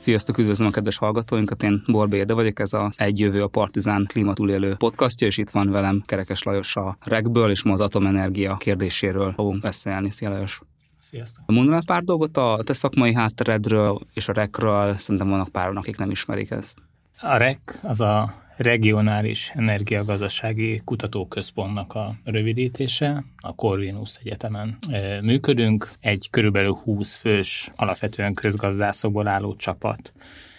Sziasztok, üdvözlöm a kedves hallgatóinkat, én Borbély Ede vagyok, ez az Egy Jövő a Partizán klímatúlélő podcastja, és itt van velem Kerekes Lajos a REC-ből, és ma az atomenergia kérdéséről fogunk beszélni. Szia Lajos! Sziasztok! Mondanál pár dolgot a te szakmai hátteredről és a REC-ről? Szerintem vannak páran, akik nem ismerik ezt. A REC az a Regionális Energiagazdasági Kutatóközpontnak a rövidítése. A Corvinus Egyetemen működünk. Egy körülbelül 20 fős, alapvetően közgazdászokból álló csapat,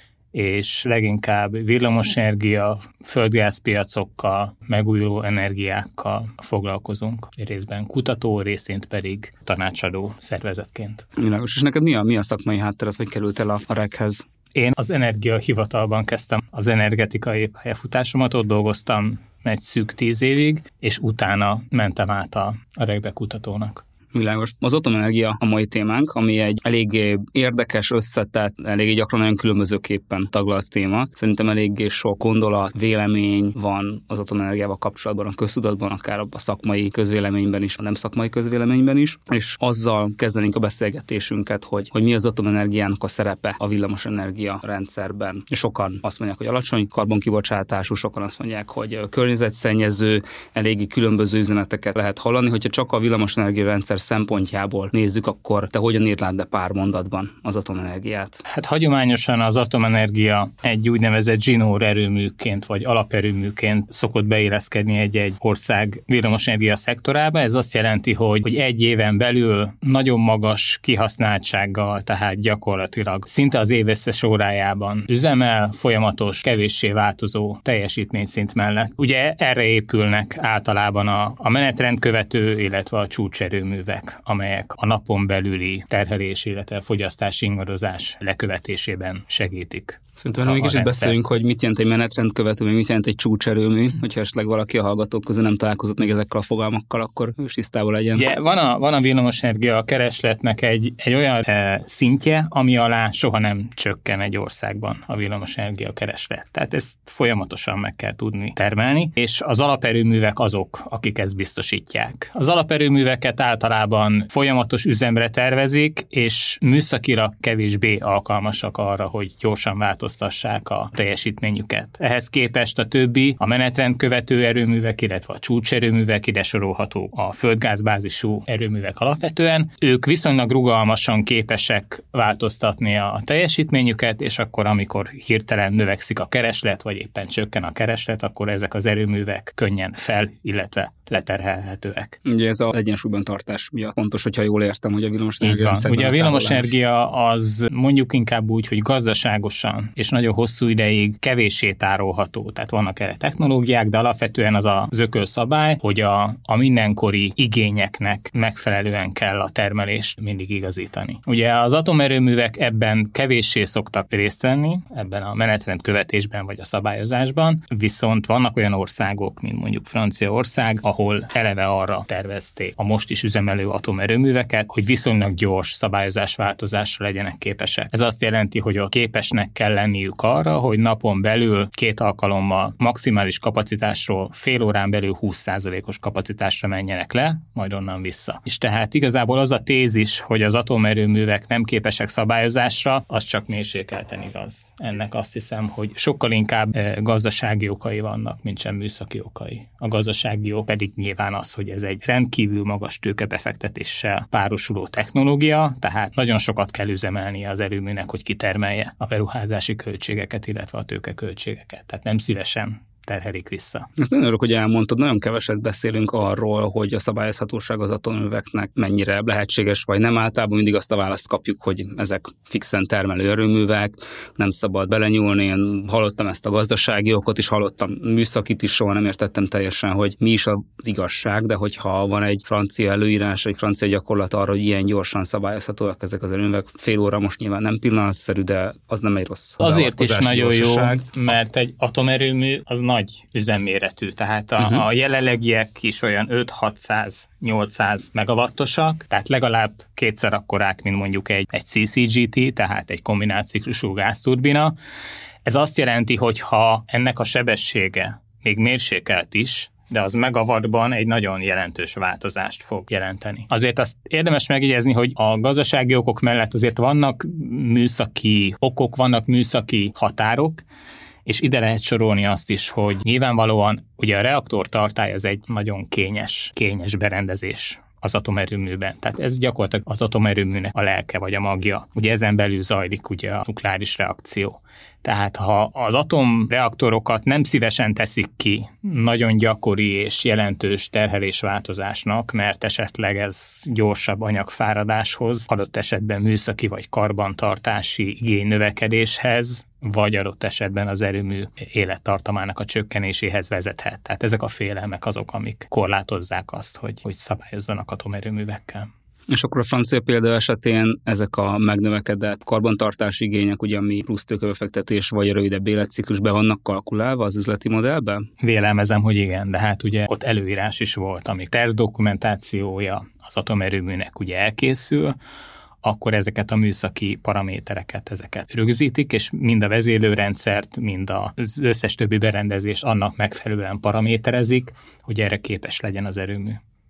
és leginkább villamosenergia, földgázpiacokkal, megújuló energiákkal foglalkozunk. Részben kutató, részint pedig tanácsadó szervezetként. Világos. És neked mi a szakmai háttered, hogy kerültél a REC-hez? Én az energiahivatalban kezdtem az energetikai pályafutásomat, ott dolgoztam egy szűk 10 évig, és utána mentem át a REC-be kutatónak. Világos. Az atomenergia a mai témánk, ami egy eléggé érdekes, összetett, eléggé gyakran nagyon különbözőképpen taglalt téma. Szerintem eléggé sok gondolat, vélemény van az atomenergiával kapcsolatban, a köztudatban, akár a szakmai közvéleményben is, a nem szakmai közvéleményben is. És azzal kezdenénk a beszélgetésünket, hogy mi az atomenergiának a szerepe a villamosenergia rendszerben. És sokan azt mondják, hogy alacsony karbonkibocsátású, sokan azt mondják, hogy környezetszennyező, eléggé különböző üzeneteket lehet hallani, hogyha csak a villamosenergia rendszer szempontjából nézzük, akkor te hogyan írnád be pár mondatban az atomenergiát? Hát hagyományosan az atomenergia egy úgynevezett zsinór erőműként vagy alaperőműként szokott beilleszkedni egy ország villamosenergia szektorába. Ez azt jelenti, hogy egy éven belül nagyon magas kihasználtsággal, tehát gyakorlatilag szinte az év összes órájában üzemel, folyamatos, kevéssé változó teljesítményszint mellett. Ugye erre épülnek általában a menetrendkövető, illetve a csúcserőművek, amelyek a napon belüli terhelés, illetve fogyasztási ingadozás lekövetésében segítik. Szerintem még kicsit beszéljünk, hogy mit jelent egy menetrendkövető, meg mit jelent egy csúcserőmű, hogyha esetleg valaki a hallgatók közül nem találkozott még ezekkel a fogalmakkal, akkor ő is tisztában legyen. Ugye, van a villamosenergia keresletnek egy olyan szintje, ami alá soha nem csökken egy országban a villamosenergia kereslet. Tehát ezt folyamatosan meg kell tudni termelni, és az alaperőművek azok, akik ezt biztosítják. Az alaperőműveket általában folyamatos üzemre tervezik, és műszakira kevésbé alkalmasak arra, hogy gyorsan változtassák a teljesítményüket. Ehhez képest a többi, a menetrendkövető erőművek, illetve a csúcserőművek, ide sorolható a földgázbázisú erőművek alapvetően. Ők viszonylag rugalmasan képesek változtatni a teljesítményüket, és akkor, amikor hirtelen növekszik a kereslet, vagy éppen csökken a kereslet, akkor ezek az erőművek könnyen illetve leterhelhetőek. Ugye ez az egyensúlyban tartás miatt fontos, hogyha jól értem, hogy a villamosenergia rendszerben. Ugye a villamosenergia az mondjuk inkább úgy, hogy gazdaságosan és nagyon hosszú ideig kevéssé tárolható. Tehát vannak erre technológiák, de alapvetően az az ökölszabály, hogy a mindenkori igényeknek megfelelően kell a termelést mindig igazítani. Ugye az atomerőművek ebben kevéssé szoktak részt venni, ebben a menetrendkövetésben vagy a szabályozásban, viszont vannak olyan országok, mint mondjuk Franciaország, ahol eleve arra tervezték a most is üzemelő atomerőműveket, hogy viszonylag gyors szabályozásváltozásra legyenek képesek. Ez azt jelenti, hogy a képesnek kell lenniük arra, hogy napon belül 2 alkalommal maximális kapacitásról fél órán belül 20%-os kapacitásra menjenek le, majd onnan vissza. És tehát igazából az a tézis, hogy az atomerőművek nem képesek szabályozásra, az csak mérsékelten igaz. Ennek azt hiszem, hogy sokkal inkább gazdasági okai vannak, mint sem műszaki okai. A gazdasági ok pedig nyilván az, hogy ez egy rendkívül magas tőkebefektetéssel párosuló technológia, tehát nagyon sokat kell üzemelnie az erőműnek, hogy kitermelje a beruházási költségeket, illetve a tőkeköltségeket. Tehát nem szívesen terhelik vissza. Ezt nagyon örülök, hogy elmondtad, nagyon keveset beszélünk arról, hogy a szabályozhatóság az atomerőműveknek mennyire lehetséges, vagy nem. Általában mindig azt a választ kapjuk, hogy ezek fixen termelő erőművek, nem szabad belenyúlni. Én hallottam ezt a gazdasági okot is, hallottam műszakit is, soha nem értettem teljesen, hogy mi is az igazság, de hogyha van egy francia előírás, egy francia gyakorlat arra, hogy ilyen gyorsan szabályozhatóak ezek az erőművek, fél óra most nyilván nem pillanatszerű, de az nem egy rossz. Azért is nagyon jó, mert egy atomerőmű az nagy üzemméretű, tehát a jelenlegiek is olyan 5-600-800 megawattosak, tehát legalább kétszer akkorák, mint mondjuk egy CCGT, tehát egy kombinált ciklusú gázturbina. Ez azt jelenti, hogy ha ennek a sebessége még mérsékelt is, de az megawattban egy nagyon jelentős változást fog jelenteni. Azért azt érdemes megjegyezni, hogy a gazdasági okok mellett azért vannak műszaki okok, vannak műszaki határok, és ide lehet sorolni azt is, hogy nyilvánvalóan ugye a reaktor tartály az egy nagyon kényes berendezés az atomerőműben. Tehát ez gyakorlatilag az atomerőműnek a lelke vagy a magja. Ugye ezen belül zajlik ugye a nukleáris reakció. Tehát ha az atomreaktorokat nem szívesen teszik ki nagyon gyakori és jelentős terhelésváltozásnak, mert esetleg ez gyorsabb anyagfáradáshoz, adott esetben műszaki vagy karbantartási igény növekedéshez, vagy adott esetben az erőmű élettartamának a csökkenéséhez vezethet. Tehát ezek a félelmek azok, amik korlátozzák azt, hogy szabályozzanak atomerőművekkel. És akkor a francia példa esetén ezek a megnövekedett karbantartási igények, ugye ami plusz tőkebefektetés vagy rövidebb életciklus be vannak kalkulálva az üzleti modellbe? Vélelmezem, hogy igen, de hát ugye ott előírás is volt, amik tervdokumentációja az atomerőműnek ugye elkészül, akkor ezeket a műszaki paramétereket, ezeket rögzítik, és mind a vezérlőrendszert, mind az összes többi berendezést annak megfelelően paraméterezik, hogy erre képes legyen az erőmű.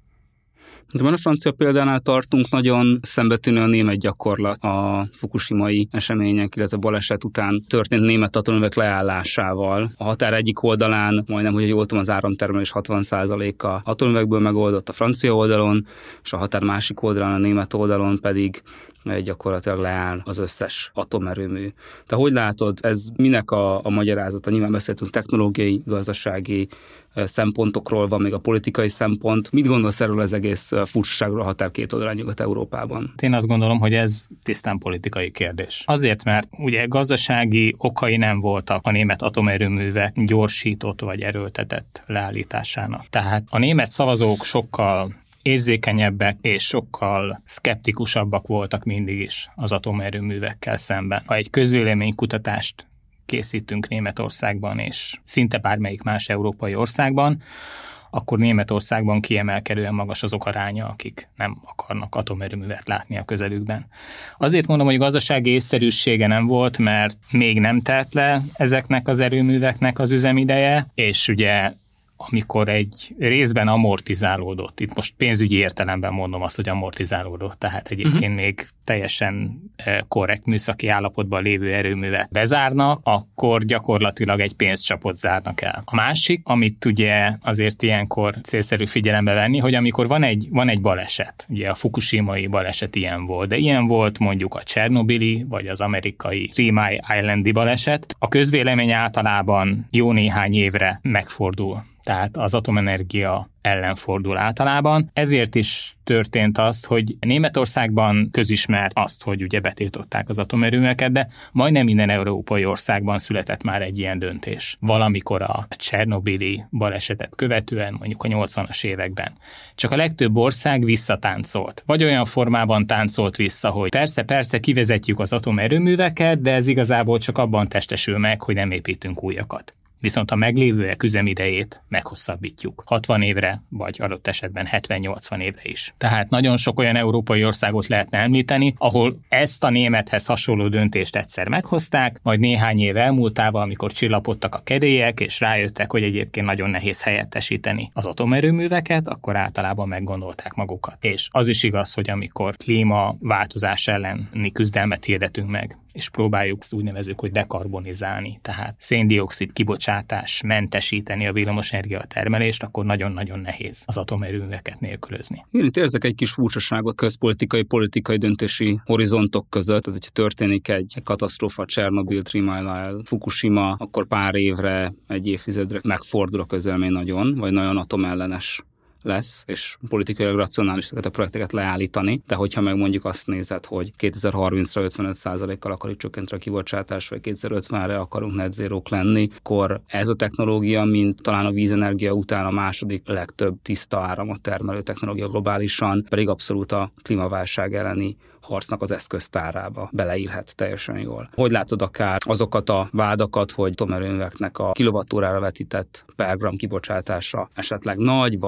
De a francia példánál tartunk, nagyon szembetűnő a német gyakorlat a fukushimai események, illetve baleset után történt német atomerőművek leállásával. A határ egyik oldalán majdnem, hogy jól tudom, az áramtermelés 60%-a atomerőművekből megoldott a francia oldalon, és a határ másik oldalán, a német oldalon pedig gyakorlatilag leáll az összes atomerőmű. Te hogy látod, ez minek a magyarázata? Nyilván beszéltünk technológiai, gazdasági szempontokról, van még a politikai szempont. Mit gondolsz erről az egész furcsaságról a határ két oldalán Nyugat-Európában? Én azt gondolom, hogy ez tisztán politikai kérdés. Azért, mert ugye gazdasági okai nem voltak a német atomerőművek gyorsított vagy erőltetett leállításának. Tehát a német szavazók sokkal érzékenyebbek és sokkal szkeptikusabbak voltak mindig is az atomerőművekkel szemben. Ha egy közvéleménykutatást készítünk Németországban és szinte bármelyik más európai országban, akkor Németországban kiemelkedően magas azok aránya, akik nem akarnak atomerőművet látni a közelükben. Azért mondom, hogy gazdasági észszerűsége nem volt, mert még nem telt le ezeknek az erőműveknek az üzemideje, és ugye amikor egy részben amortizálódott, itt most pénzügyi értelemben mondom azt, hogy amortizálódott, tehát egyébként még teljesen korrekt műszaki állapotban lévő erőművet bezárnak, akkor gyakorlatilag egy pénzcsapot zárnak el. A másik, amit ugye azért ilyenkor célszerű figyelembe venni, hogy amikor van egy baleset, ugye a fukushimai baleset ilyen volt, de ilyen volt mondjuk a csernobili, vagy az amerikai Three Mile Islandi baleset, a közvélemény általában jó néhány évre megfordul. Tehát az atomenergia ellen fordul általában. Ezért is történt azt, hogy Németországban közismert azt, hogy ugye betiltották az atomerőműveket, de majdnem minden európai országban született már egy ilyen döntés. Valamikor a csernobili balesetet követően, mondjuk a 80-as években. Csak a legtöbb ország visszatáncolt. Vagy olyan formában táncolt vissza, hogy persze kivezetjük az atomerőműveket, de ez igazából csak abban testesül meg, hogy nem építünk újakat. Viszont a meglévőek üzemidejét meghosszabbítjuk 60 évre, vagy adott esetben 70-80 évre is. Tehát nagyon sok olyan európai országot lehetne említeni, ahol ezt a némethez hasonló döntést egyszer meghozták, majd néhány év elmúltával, amikor csillapodtak a kedélyek, és rájöttek, hogy egyébként nagyon nehéz helyettesíteni az atomerőműveket, akkor általában meggondolták magukat. És az is igaz, hogy amikor klímaváltozás elleni küzdelmet hirdetünk meg, és próbáljuk ezt úgy nevezzük, hogy dekarbonizálni, tehát széndioxid kibocsátás mentesíteni a villamosenergia termelést, akkor nagyon-nagyon nehéz az atomerőműveket nélkülözni. Én itt érzek egy kis furcsaságot politikai döntési horizontok között, tehát hogyha történik egy katasztrófa, Csernobil, Three Mile, Fukushima, akkor pár évre, egy évtizedre megfordul a közvélemény nagyon, vagy nagyon atomellenes lesz, és politikailag racionális a projekteket leállítani, de hogyha meg mondjuk azt nézed, hogy 2030-ra 55%-kal akarjuk csökkenteni a kibocsátást, vagy 2050-re akarunk net zérók lenni, akkor ez a technológia, mint talán a vízenergia után a második legtöbb tiszta áramot termelő technológia globálisan, pedig abszolút a klímaválság elleni harcnak az eszköztárába beleillhet teljesen jól. Hogy látod akár azokat a vádakat, hogy atomerőműveknek a kilovattórára vetített per gram kibocsátása esetleg nagy, vagy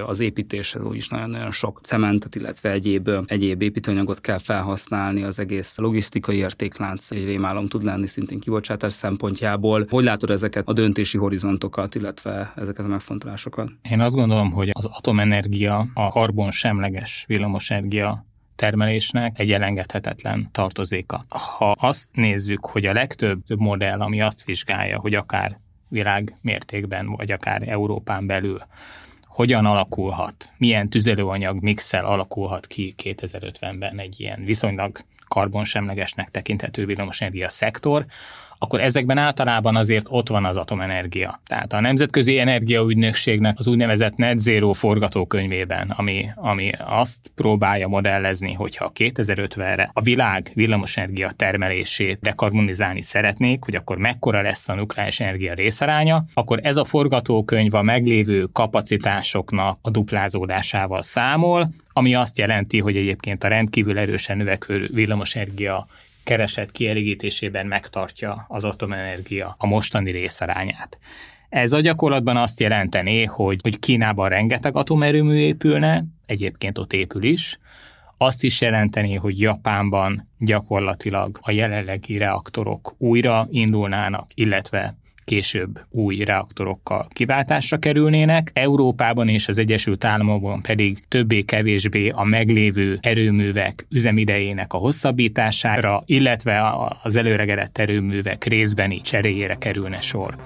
az építéshez úgyis nagyon-nagyon sok cementet, illetve egyéb építőanyagot kell felhasználni, az egész logisztikai értéklánc egy rémálom tud lenni szintén kibocsátás szempontjából. Hogy látod ezeket a döntési horizontokat, illetve ezeket a megfontolásokat? Én azt gondolom, hogy az atomenergia, a karbonsemleges villamosenergia termelésnek egy elengedhetetlen tartozéka. Ha azt nézzük, hogy a legtöbb modell, ami azt vizsgálja, hogy akár világmértékben, vagy akár Európán belül hogyan alakulhat, milyen tüzelőanyag mixel alakulhat ki 2050-ben egy ilyen viszonylag karbonsemlegesnek tekinthető villamosenergia szektor, akkor ezekben általában azért ott van az atomenergia. Tehát a Nemzetközi Energiaügynökségnek az úgynevezett Net Zero forgatókönyvében, ami azt próbálja modellezni, hogyha 2050-re a világ villamosenergia termelését dekarbonizálni szeretnék, hogy akkor mekkora lesz a nukleáris energia részaránya, akkor ez a forgatókönyv a meglévő kapacitásoknak a duplázódásával számol, ami azt jelenti, hogy egyébként a rendkívül erősen növekvő villamosenergia kereslet kielégítésében megtartja az atomenergia a mostani részarányát. Ez a gyakorlatban azt jelenteni, hogy Kínában rengeteg atomerőmű épülne, egyébként ott épül is, azt is jelenteni, hogy Japánban gyakorlatilag a jelenlegi reaktorok újra indulnának, illetve később új reaktorokkal kiváltásra kerülnének. Európában és az Egyesült Államokban pedig többé-kevésbé a meglévő erőművek üzemidejének a hosszabbítására, illetve az előregedett erőművek részbeni cseréjére kerülne sor.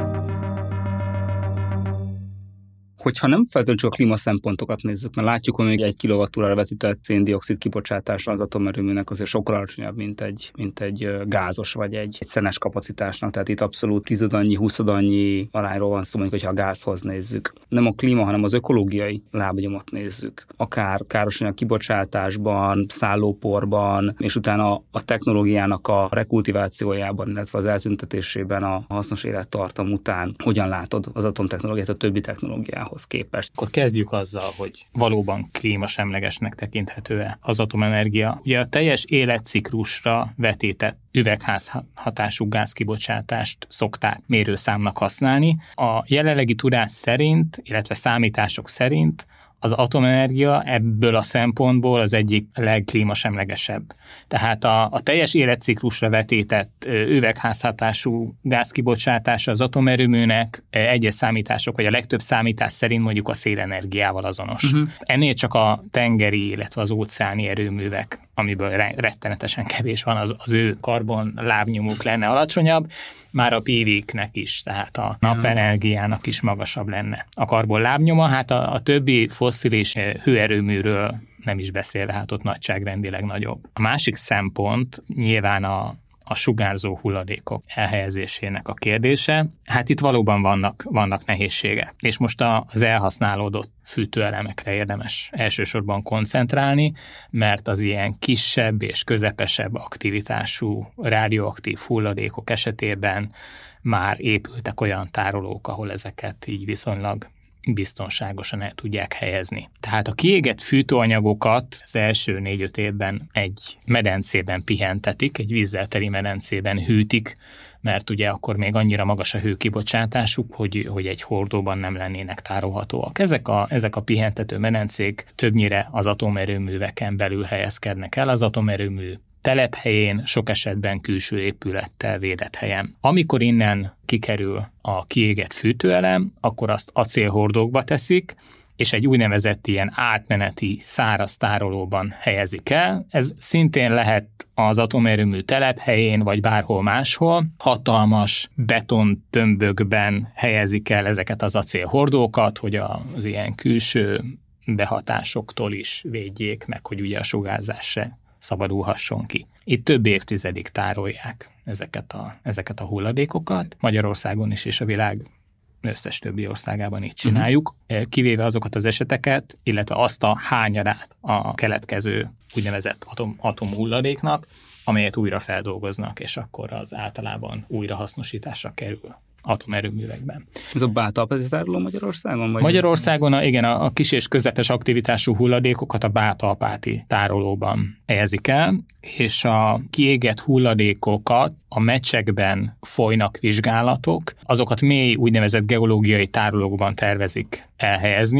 Hogyha nem feltétlenül csak a klímaszempontokat nézzük, mert látjuk, hogy még 1 kWh-ra vetített szén-dioxid kibocsátása az atomerőműnek azért sokkal alacsonyabb, mint egy gázos vagy egy szenes kapacitásnak. Tehát itt abszolút 10-annyi, 20-annyi arányról van szó, mondjuk, hogyha a gázhoz nézzük. Nem a klíma, hanem az ökológiai lábnyomot nézzük. Akár károsanyag kibocsátásban, szállóporban, és utána a technológiának a rekultivációjában, illetve az eltüntetésében a hasznos élettartam után hogyan látod az atomtechnológiát a többi technológiához képest. Akkor kezdjük azzal, hogy valóban klímasemlegesnek tekinthető-e az atomenergia. Ugye a teljes életciklusra vetített üvegházhatású gázkibocsátást szokták mérőszámnak használni. A jelenlegi tudás szerint, illetve számítások szerint az atomenergia ebből a szempontból az egyik legklímasemlegesebb. Tehát a teljes életciklusra vetített üvegházhatású gázkibocsátása az atomerőműnek egyes számítások, vagy a legtöbb számítás szerint mondjuk a szélenergiával azonos. Ennél csak a tengeri, illetve az óceáni erőművek, amiből rettenetesen kevés van, az ő karbon lábnyomuk lenne alacsonyabb, már a PV-knek is, tehát a napenergiának is magasabb lenne a karbon lábnyoma, hát a többi fosszilis hőerőműről nem is beszélve, hát ott nagyságrendileg nagyobb. A másik szempont nyilván a sugárzó hulladékok elhelyezésének a kérdése. Hát itt valóban vannak nehézségek. És most az elhasználódott fűtőelemekre érdemes elsősorban koncentrálni, mert az ilyen kisebb és közepesebb aktivitású radioaktív hulladékok esetében már épültek olyan tárolók, ahol ezeket így viszonylag biztonságosan el tudják helyezni. Tehát a kiégett fűtőanyagokat az első 4-5 évben egy medencében pihentetik, egy vízzel teli medencében hűtik, mert ugye akkor még annyira magas a hőkibocsátásuk, hogy egy hordóban nem lennének tárolhatóak. Ezek a pihentető medencék többnyire az atomerőműveken belül helyezkednek el, az atomerőmű telephelyén, sok esetben külső épülettel védett helyen. Amikor innen kikerül a kiégett fűtőelem, akkor azt acélhordókba teszik, és egy úgynevezett ilyen átmeneti száraz tárolóban helyezik el. Ez szintén lehet az atomerőmű telephelyén, vagy bárhol máshol. Hatalmas betontömbökben helyezik el ezeket az acélhordókat, hogy az ilyen külső behatásoktól is védjék, meg hogy ugye a sugárzás se szabadulhasson ki. Itt több évtizedig tárolják ezeket a hulladékokat. Magyarországon is és a világ összes többi országában így csináljuk, kivéve azokat az eseteket, illetve azt a hányadát a keletkező úgynevezett atomhulladéknak, amelyet újra feldolgoznak, és akkor az általában újrahasznosításra kerül atomerőművekben. Ez a Bátalpáti tároló Magyarországon? Magyarországon igen, a kis és közepes aktivitású hulladékokat a Bátalpáti tárolóban helyezik el, és a kiégett hulladékokat a mecsekben folynak vizsgálatok, azokat mély úgynevezett geológiai tárolókban tervezik elhelyezni,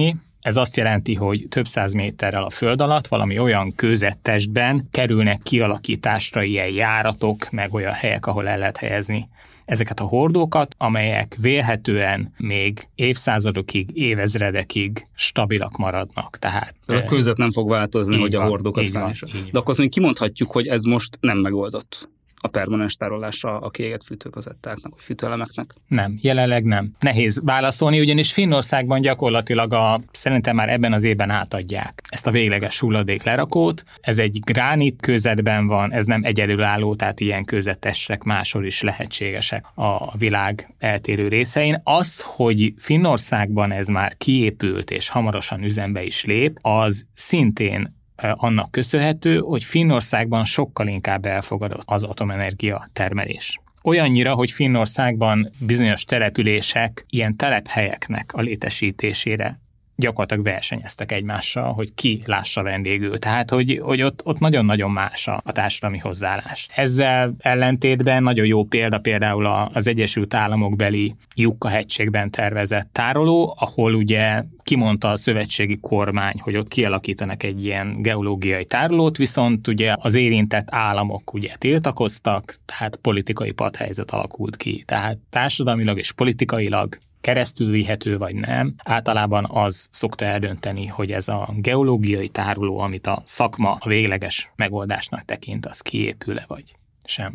Ez azt jelenti, hogy több száz méterrel a föld alatt valami olyan kőzettestben kerülnek kialakításra ilyen járatok, meg olyan helyek, ahol el lehet helyezni ezeket a hordókat, amelyek vélhetően még évszázadokig, évezredekig stabilak maradnak. Tehát a kőzet nem fog változni, hogy van, a hordókat felnyissa. De akkor azt mondjuk kimondhatjuk, hogy ez most nem megoldott a permanens tárolásra a kiégett fűtőkazettáknak, vagy fűtőelemeknek? Nem, jelenleg nem. Nehéz válaszolni, ugyanis Finnországban gyakorlatilag szerintem már ebben az évben átadják ezt a végleges hulladéklerakót. Ez egy gránit kőzetben van, ez nem egyedülálló, tehát ilyen kőzetesek máshol is lehetségesek a világ eltérő részein. Az, hogy Finnországban ez már kiépült és hamarosan üzembe is lép, az szintén annak köszönhető, hogy Finnországban sokkal inkább elfogadott az atomenergia termelés. Olyannyira, hogy Finnországban bizonyos települések ilyen telephelyeknek a létesítésére gyakorlatilag versenyeztek egymással, hogy ki lássa vendégül. Tehát, hogy ott nagyon-nagyon más a társadalmi hozzáállás. Ezzel ellentétben nagyon jó példa például az Egyesült Államok beli Jukka-hegységben tervezett tároló, ahol ugye kimondta a szövetségi kormány, hogy ott kialakítanak egy ilyen geológiai tárolót, viszont ugye az érintett államok ugye tiltakoztak, tehát politikai padhelyzet alakult ki. Tehát társadalmilag és politikailag keresztülvihető vagy nem, általában az szokta eldönteni, hogy ez a geológiai tároló, amit a szakma a végleges megoldásnak tekint, az kiépül-e vagy sem.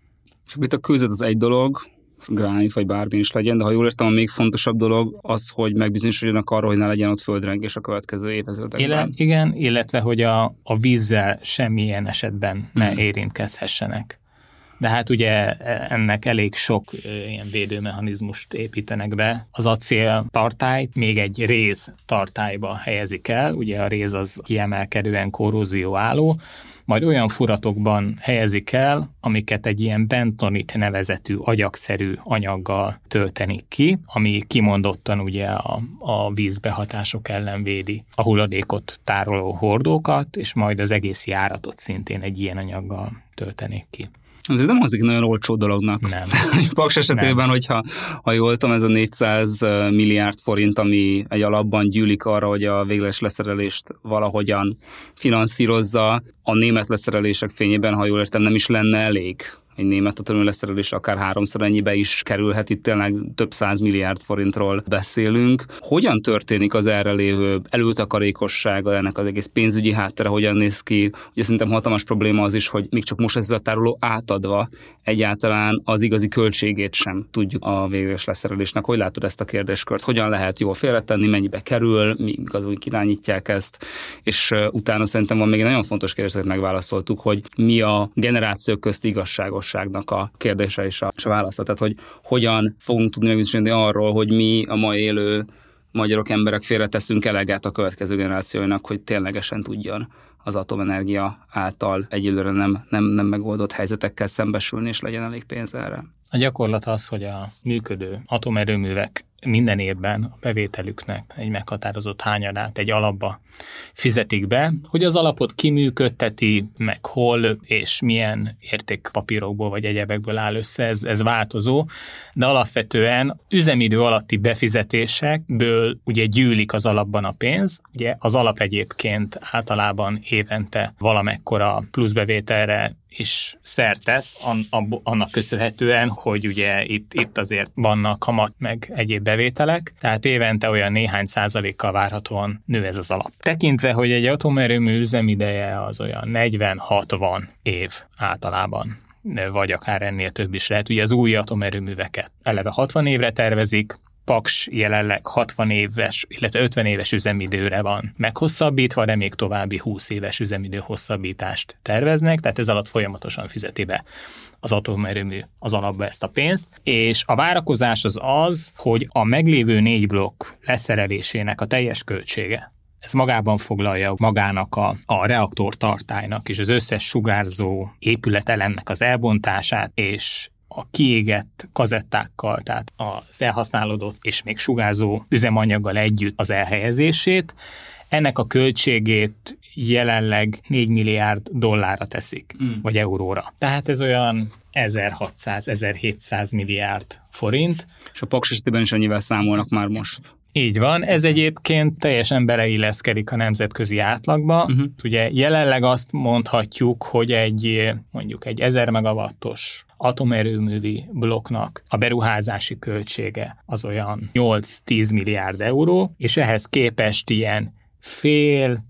És itt a kőzet az egy dolog, gránit vagy bármi is legyen, de ha jól értem, a még fontosabb dolog az, hogy megbizonyosodjanak arról, hogy ne legyen ott földrengés a következő évezredekben. Igen, illetve hogy a vízzel semmilyen esetben ne érintkezhessenek. De hát ugye ennek elég sok ilyen védőmechanizmust építenek be. Az acél tartályt még egy réz tartályba helyezik el, ugye a réz az kiemelkedően korrózióálló, majd olyan furatokban helyezik el, amiket egy ilyen bentonit nevezetű agyagszerű anyaggal töltenik ki, ami kimondottan ugye a vízbehatások ellen védi a hulladékot tároló hordókat, és majd az egész járatot szintén egy ilyen anyaggal töltenik ki. Ez nem hangzik nagyon olcsó dolognak. Nem. Paks esetében, hogyha jól tudom, ez a 400 milliárd forint, ami egy alapban gyűlik arra, hogy a végleges leszerelést valahogyan finanszírozza, a német leszerelések fényében, ha jól értem, nem is lenne elég. Egy német atomű leszerelés akár 3-szor ennyibe is kerülhet, itt tényleg több 100 milliárd forintról beszélünk. Hogyan történik az erre lévő előtakarékossága, ennek az egész pénzügyi háttere, hogyan néz ki? Ugye szerintem hatalmas probléma az is, hogy még csak most ez a tároló átadva egyáltalán az igazi költségét sem tudjuk a végleges leszerelésnek. Hogy látod ezt a kérdéskört? Hogyan lehet jól félretenni, mennyibe kerül, míg az úgy irányítják ezt? És utána szerintem van még egy nagyon fontos kérdés, hogy megválaszoltuk, hogy mi a generációk közti igazságos a kérdése és a válasza. Tehát, hogy hogyan fogunk tudni megbizonyosodni arról, hogy mi a mai élő magyarok, emberek félreteszünk eleget a következő generációinak, hogy ténylegesen tudjon az atomenergia által egyelőre nem megoldott helyzetekkel szembesülni, és legyen elég pénz erre. A gyakorlat az, hogy a működő atomerőművek minden évben a bevételüknek egy meghatározott hányadát egy alapba fizetik be, hogy az alapot kiműködteti, meg hol és milyen értékpapírokból vagy egyebekből áll össze, ez változó, de alapvetően üzemidő alatti befizetésekből ugye gyűlik az alapban a pénz, ugye az alap egyébként általában évente valamekkora pluszbevételre is szert tesz, annak köszönhetően, hogy ugye itt azért vannak kamat meg egyéb bevételek, tehát évente olyan néhány százalékkal várhatóan nő ez az alap. Tekintve, hogy egy atomerőmű üzemideje az olyan 40-60 év általában, vagy akár ennél több is lehet. Ugye az új atomerőműveket eleve 60 évre tervezik, Paks jelenleg 60 éves, illetve 50 éves üzemidőre van meghosszabbítva, de még további 20 éves üzemidő hosszabbítást terveznek, tehát ez alatt folyamatosan fizeti be az atomerőmű az alapba ezt a pénzt, és a várakozás az, hogy a meglévő 4 blokk leszerelésének a teljes költsége, ez magában foglalja magának a reaktortartálynak és az összes sugárzó épületelemnek az elbontását, és a kiégett kazettákkal, tehát az elhasználódott és még sugárzó üzemanyaggal együtt az elhelyezését. Ennek a költségét jelenleg 4 milliárd dollárra teszik, vagy euróra. Tehát ez olyan 1600-1700 milliárd forint. És a Paks esetében is annyivel számolnak már most. Így van, ez egyébként teljesen beleilleszkedik a nemzetközi átlagba. Ugye jelenleg azt mondhatjuk, hogy mondjuk egy 1000 megawattos atomerőművi blokknak a beruházási költsége az olyan 8-10 milliárd euró, és ehhez képest ilyen fél,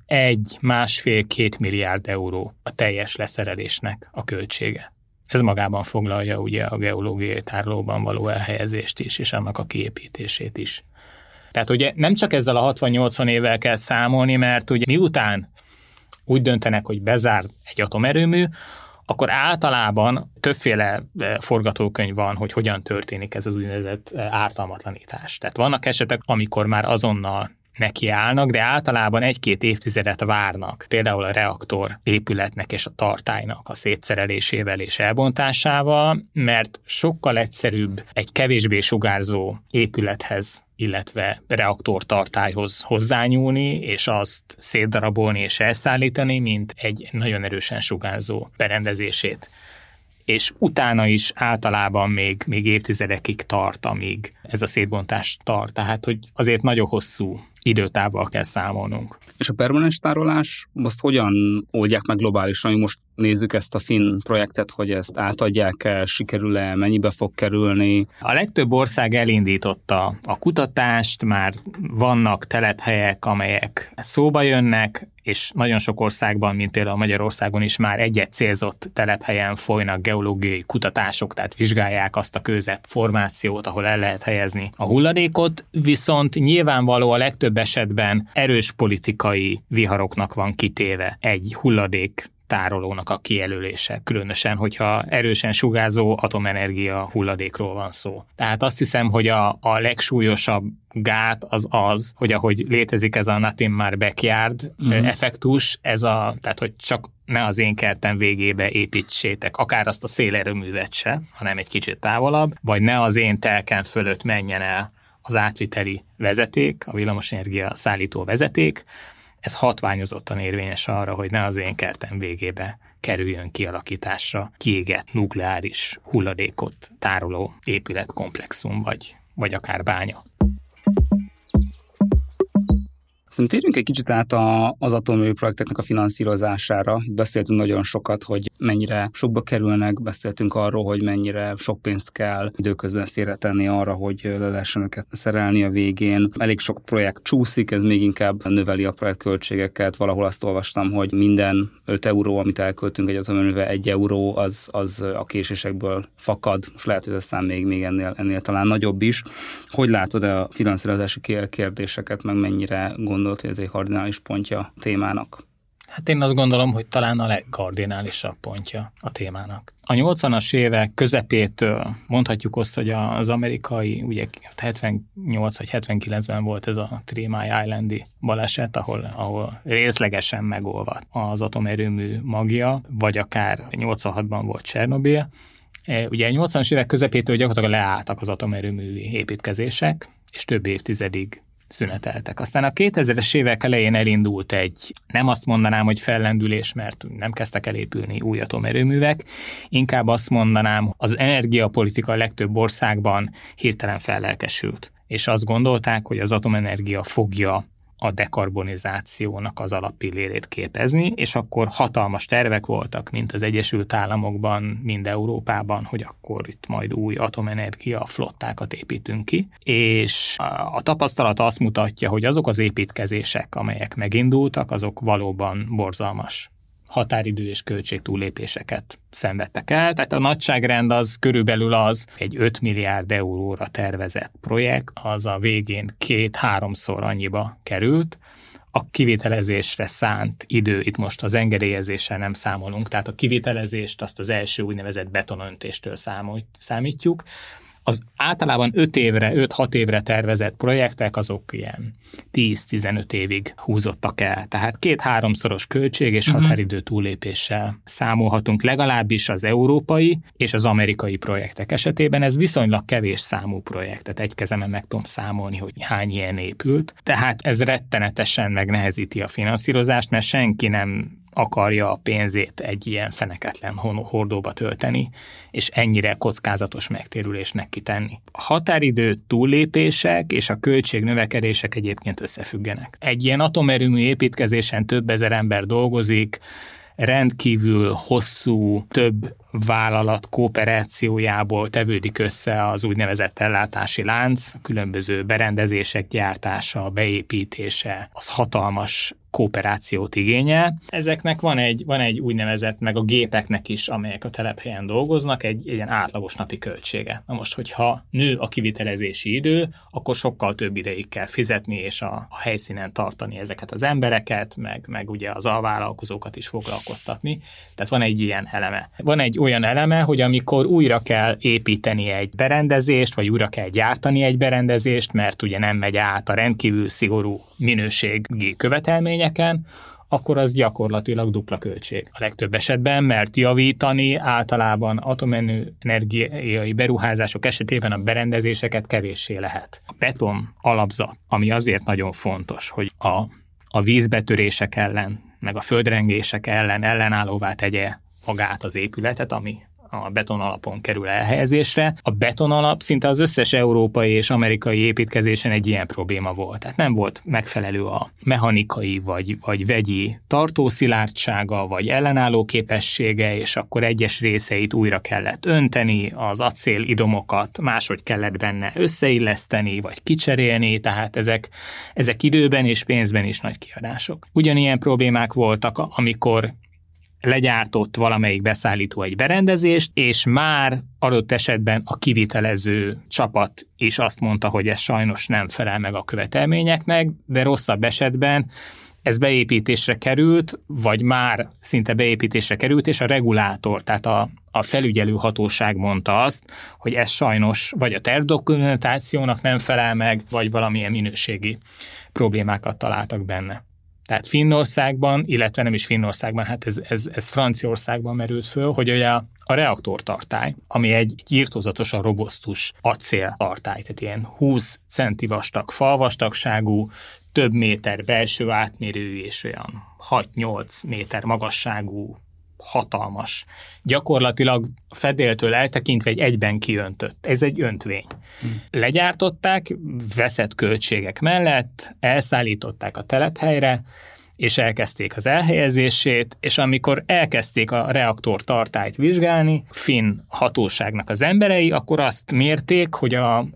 1,5-2 milliárd euró a teljes leszerelésnek a költsége. Ez magában foglalja ugye a geológiai tárolóban való elhelyezést is, és annak a kiépítését is. Tehát ugye nem csak ezzel a 60-80 évvel kell számolni, mert ugye miután úgy döntenek, hogy bezár egy atomerőmű, akkor általában többféle forgatókönyv van, hogy hogyan történik ez az úgynevezett ártalmatlanítás. Tehát vannak esetek, amikor már azonnal nekiállnak, de általában 1-2 évtizedet várnak, például a reaktor épületnek és a tartálynak a szétszerelésével és elbontásával, mert sokkal egyszerűbb egy kevésbé sugárzó épülethez, illetve reaktortartályhoz hozzányúlni, és azt szétdarabolni és elszállítani, mint egy nagyon erősen sugárzó berendezését. És utána is általában még évtizedekig tart, amíg ez a szétbontás tart. Tehát, hogy azért nagyon hosszú időtávval kell számolnunk. És a permanens tárolás, azt hogyan oldják meg globálisan, hogy most nézzük ezt a finn projektet, hogy ezt átadják-e, sikerül-e, mennyibe fog kerülni? A legtöbb ország elindította a kutatást, már vannak telephelyek, amelyek szóba jönnek, és nagyon sok országban, mint például Magyarországon is már egy-egy célzott telephelyen folynak geológiai kutatások, tehát vizsgálják azt a kőzet formációt, ahol el lehet helyezni a hulladékot, viszont nyilvánvaló a legtöbb esetben erős politikai viharoknak van kitéve egy hulladék tárolónak a kijelölése, különösen, hogyha erősen sugárzó atomenergia hulladékról van szó. Tehát azt hiszem, hogy a legsúlyosabb gát az, hogy ahogy létezik ez a nothing maar backyard effektus, tehát hogy csak ne az én kertem végébe építsétek, akár azt a szélerőművet se, hanem egy kicsit távolabb, vagy ne az én telkem fölött menjen el az átviteli vezeték, a villamosenergia szállító vezeték. Ez hatványozottan érvényes arra, hogy ne az én kertem végébe kerüljön kialakításra kiégett nukleáris hulladékot tároló épületkomplexum, vagy akár bánya. Szerintem térjünk egy kicsit át az atomerőmű projekteknek a finanszírozására. Itt beszéltünk nagyon sokat, hogy mennyire sokba kerülnek, beszéltünk arról, hogy mennyire sok pénzt kell időközben félretenni arra, hogy le lehessen őket szerelni a végén. Elég sok projekt csúszik, ez még inkább növeli a projektköltségeket. Valahol azt olvastam, hogy minden 5 euró, amit elköltünk egy atomerőműve, 1 euró, az a késésekből fakad. Most lehet, hogy ez szám még ennél talán nagyobb is. Hogy látod a finanszírozási kérdéseket, meg mennyire gondolod, hogy ez egy kardinális pontja a témának? Hát én azt gondolom, hogy talán a legkardinálisabb pontja a témának. A 80-as évek közepétől mondhatjuk azt, hogy az amerikai, ugye 78 vagy 79-ben volt ez a Three Mile Islandi baleset, ahol részlegesen megolvadt az atomerőmű magja, vagy akár 86-ban volt Csernobil. Ugye a 80-as évek közepétől gyakorlatilag leálltak az atomerőművi építkezések, és több évtizedig szüneteltek. Aztán a 2000-es évek elején elindult nem azt mondanám, hogy fellendülés, mert nem kezdtek el épülni új atomerőművek, inkább azt mondanám, az energiapolitika legtöbb országban hirtelen fellelkesült, és azt gondolták, hogy az atomenergia fogja a dekarbonizációnak az alappillérét képezni, és akkor hatalmas tervek voltak, mint az Egyesült Államokban, mind Európában, hogy akkor itt majd új atomenergia flottákat építünk ki, és a tapasztalat azt mutatja, hogy azok az építkezések, amelyek megindultak, azok valóban borzalmas határidő és költségtúllépéseket szenvedtek el. Tehát a nagyságrend az körülbelül az, egy 5 milliárd euróra tervezett projekt, az a végén 2-3-szor annyiba került. A kivitelezésre szánt idő, itt most az engedélyezéssel nem számolunk, tehát a kivitelezést azt az első úgynevezett betonöntéstől számítjuk. Az általában 5-6 évre tervezett projektek, azok ilyen 10-15 évig húzottak el. Tehát 2-3-szoros költség és határidő túllépéssel számolhatunk, legalábbis az európai és az amerikai projektek esetében. Ez viszonylag kevés számú projekt, tehát egy kezemen meg tudom számolni, hogy hány ilyen épült. Tehát ez rettenetesen megnehezíti a finanszírozást, mert senki nem akarja a pénzét egy ilyen feneketlen hordóba tölteni, és ennyire kockázatos megtérülésnek kitenni. A határidő túllépések és a költségnövekedések egyébként összefüggenek. Egy ilyen atomerőmű építkezésen több ezer ember dolgozik, rendkívül hosszú, több vállalat kooperációjából tevődik össze az úgynevezett ellátási lánc, különböző berendezések gyártása, beépítése, az hatalmas kooperációt igényel. Ezeknek van egy úgynevezett, meg a gépeknek is, amelyek a telephelyen dolgoznak, egy ilyen átlagos napi költsége. Na most, hogyha nő a kivitelezési idő, akkor sokkal több ideig kell fizetni, és a helyszínen tartani ezeket az embereket, meg ugye az alvállalkozókat is foglalkoztatni. Tehát van egy ilyen eleme. Van egy olyan eleme, hogy amikor újra kell építeni egy berendezést, vagy újra kell gyártani egy berendezést, mert ugye nem megy át a rendkívül szigorú minőségi követelményeken, akkor az gyakorlatilag dupla költség. A legtöbb esetben, mert javítani általában atomenergiai beruházások esetében a berendezéseket kevéssé lehet. A beton alapzat, ami azért nagyon fontos, hogy a vízbetörések ellen, meg a földrengések ellen ellenállóvá tegye magát az épületet, ami a beton alapon kerül elhelyezésre. A beton alap szinte az összes európai és amerikai építkezésen egy ilyen probléma volt. Tehát nem volt megfelelő a mechanikai vagy vegyi tartószilárdsága, vagy ellenálló képessége, és akkor egyes részeit újra kellett önteni, az acélidomokat máshogy kellett benne összeilleszteni, vagy kicserélni, tehát ezek időben és pénzben is nagy kiadások. Ugyanilyen problémák voltak, amikor legyártott valamelyik beszállító egy berendezést, és már adott esetben a kivitelező csapat is azt mondta, hogy ez sajnos nem felel meg a követelményeknek, de rosszabb esetben ez beépítésre került, vagy már szinte beépítésre került, és a regulátor, tehát a felügyelő hatóság mondta azt, hogy ez sajnos vagy a tervdokumentációnak nem felel meg, vagy valamilyen minőségi problémákat találtak benne. Tehát Finnországban, illetve nem is Finnországban, hát ez Franciaországban merült föl, hogy ugye a reaktortartály, ami egy irtózatosan robosztus acéltartály, tehát ilyen 20 centi vastag falvastagságú, több méter belső átmérőjű és olyan 6-8 méter magasságú, hatalmas. Gyakorlatilag fedéltől eltekintve egy egyben kiöntött. Ez egy öntvény. Legyártották, veszett költségek mellett, elszállították a telephelyre, és elkezdték az elhelyezését, és amikor elkezdték a reaktortartályt vizsgálni, finn hatóságnak az emberei, akkor azt mérték, hogy a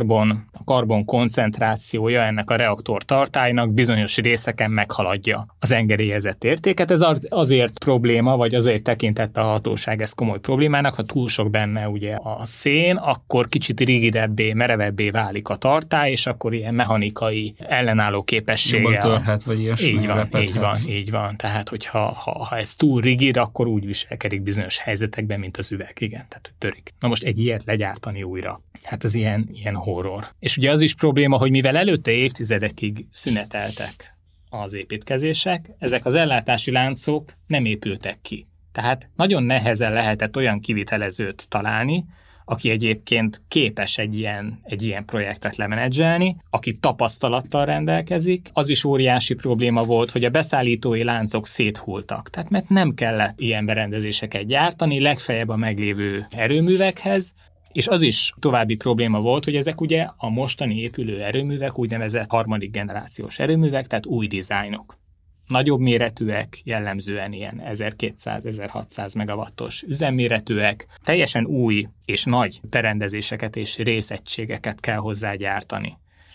karbon koncentrációja ennek a reaktortartálynak bizonyos részeken meghaladja az engedélyezett értéket. Ez azért probléma, vagy azért tekintett a hatóság ezt komoly problémának, ha túl sok benne ugye a szén, akkor kicsit rigidebbé, merevebbé válik a tartály, és akkor ilyen mechanikai ellenálló képessége. Jobban törhet, vagy ilyesmi. Így van. Tehát, hogyha ez túl rigid, akkor úgy viselkedik bizonyos helyzetekben, mint az üveg. Igen, tehát hogy törik. Na most egy ilyet legyártani újra. Hát ez ilyen horror. És ugye az is probléma, hogy mivel előtte évtizedekig szüneteltek az építkezések, ezek az ellátási láncok nem épültek ki. Tehát nagyon nehezen lehetett olyan kivitelezőt találni, aki egyébként képes egy ilyen projektet lemenedzselni, aki tapasztalattal rendelkezik. Az is óriási probléma volt, hogy a beszállítói láncok széthultak. Tehát mert nem kellett ilyen berendezéseket gyártani, legfeljebb a meglévő erőművekhez, és az is további probléma volt, hogy ezek ugye a mostani épülő erőművek, úgynevezett harmadik generációs erőművek, tehát új dizájnok. Nagyobb méretűek, jellemzően ilyen 1200-1600 megawattos üzemméretűek, teljesen új és nagy berendezéseket és részegységeket kell hozzágyártani.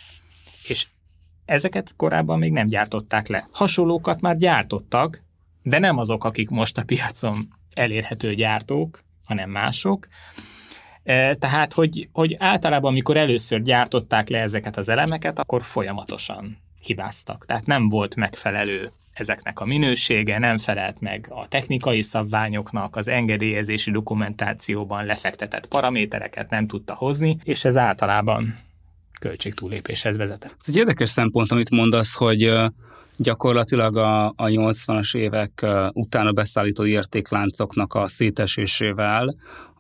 És ezeket korábban még nem gyártották le. Hasonlókat már gyártottak, de nem azok, akik most a piacon elérhető gyártók, hanem mások. Tehát, hogy általában, amikor először gyártották le ezeket az elemeket, akkor folyamatosan hibáztak. Tehát nem volt megfelelő ezeknek a minősége, nem felelt meg a technikai szabványoknak, az engedélyezési dokumentációban lefektetett paramétereket nem tudta hozni, és ez általában költségtúllépéshez vezetett. Ez egy érdekes szempont, amit mondasz, hogy gyakorlatilag a 80-as évek után a beszállító értékláncoknak a szétesésével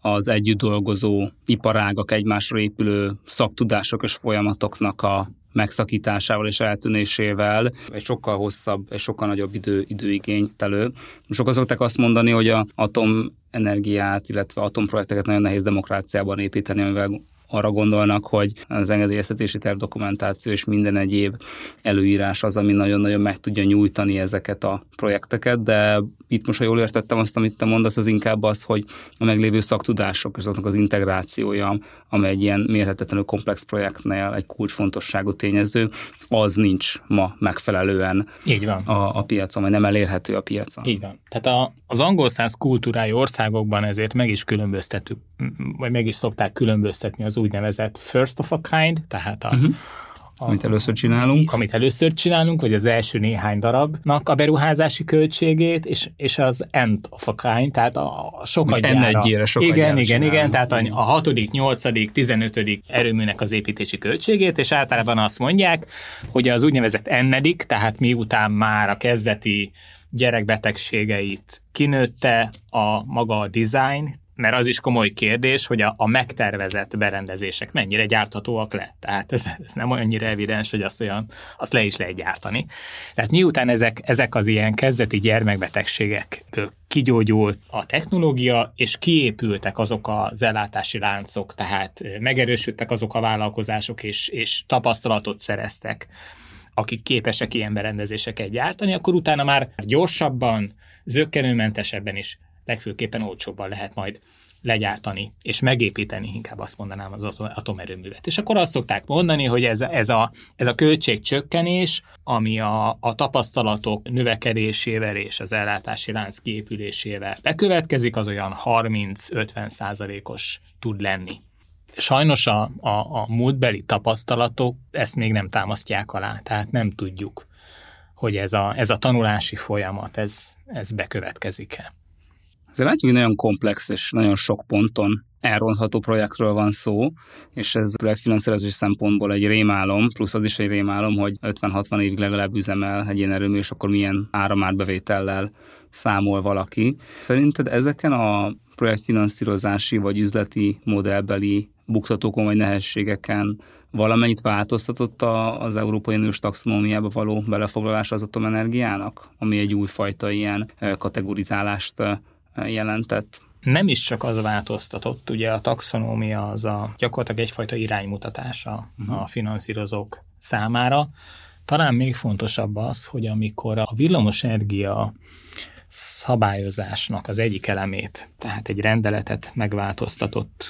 az együtt dolgozó iparágak, egymásra épülő szaktudások és folyamatoknak a megszakításával és eltűnésével egy sokkal hosszabb, egy sokkal nagyobb időigénytelő. Sokan szokták azt mondani, hogy az atomenergiát, illetve atomprojekteket nagyon nehéz demokráciában építeni, amivel arra gondolnak, hogy az engedélyeztetési tervdokumentáció és minden egyéb előírás az, ami nagyon-nagyon meg tudja nyújtani ezeket a projekteket, de itt most, ha jól értettem azt, amit te mondasz, az inkább az, hogy a meglévő szaktudások és azoknak az integrációja, amely egy ilyen mérhetetlenül komplex projektnél egy kulcsfontosságú tényező, az nincs ma megfelelően így van. A piacon, vagy nem elérhető a piacon. Így van. Tehát az angol száz kultúrájú országokban ezért meg is különböztetük, vagy meg is szokták különböztetni az úgynevezett first of a kind, tehát amit először csinálunk, vagy az első néhány darabnak a beruházási költségét, és az end of a kind, tehát a sokadjára. Igen, tehát a 6., 8., 15. erőműnek az építési költségét, és általában azt mondják, hogy az úgynevezett ennedik, tehát miután már a kezdeti gyerekbetegségeit kinőtte a maga a design, mert az is komoly kérdés, hogy a megtervezett berendezések mennyire gyárthatóak le. Tehát ez nem annyira evidens, hogy azt le is lehet gyártani. Tehát miután ezek az ilyen kezdeti gyermekbetegségekből kigyógyult a technológia, és kiépültek azok az ellátási láncok, tehát megerősödtek azok a vállalkozások, és tapasztalatot szereztek, akik képesek ilyen berendezéseket gyártani, akkor utána már gyorsabban, zökkenőmentesebben is legfőképpen olcsóbban lehet majd legyártani, és megépíteni, inkább azt mondanám, az atomerőművet. És akkor azt szokták mondani, hogy ez a költségcsökkenés, ami a tapasztalatok növekedésével és az ellátási lánc kiépülésével bekövetkezik, az olyan 30-50%-os tud lenni. Sajnos a múltbeli tapasztalatok ezt még nem támasztják alá, tehát nem tudjuk, hogy ez a tanulási folyamat, ez bekövetkezik-e. Azért látjuk, hogy nagyon komplex és nagyon sok ponton elrontható projektről van szó, és ez projektfinanszírozási szempontból egy rémálom, plusz az is egy rémálom, hogy 50-60 évig legalább üzemel egy ilyen erőmű, és akkor milyen áramárbevétellel számol valaki. Szerinted ezeken a projektfinanszírozási vagy üzleti modellbeli buktatókon vagy nehézségeken valamennyit változtatott az Európai Uniós taxonómiába való belefoglalás az atomenergiának, ami egy újfajta ilyen kategorizálást jelentett? Nem is csak az változtatott, ugye a taxonómia az gyakorlatilag egyfajta iránymutatása a finanszírozók számára. Talán még fontosabb az, hogy amikor a villamosenergia szabályozásnak az egyik elemét, tehát egy rendeletet megváltoztatott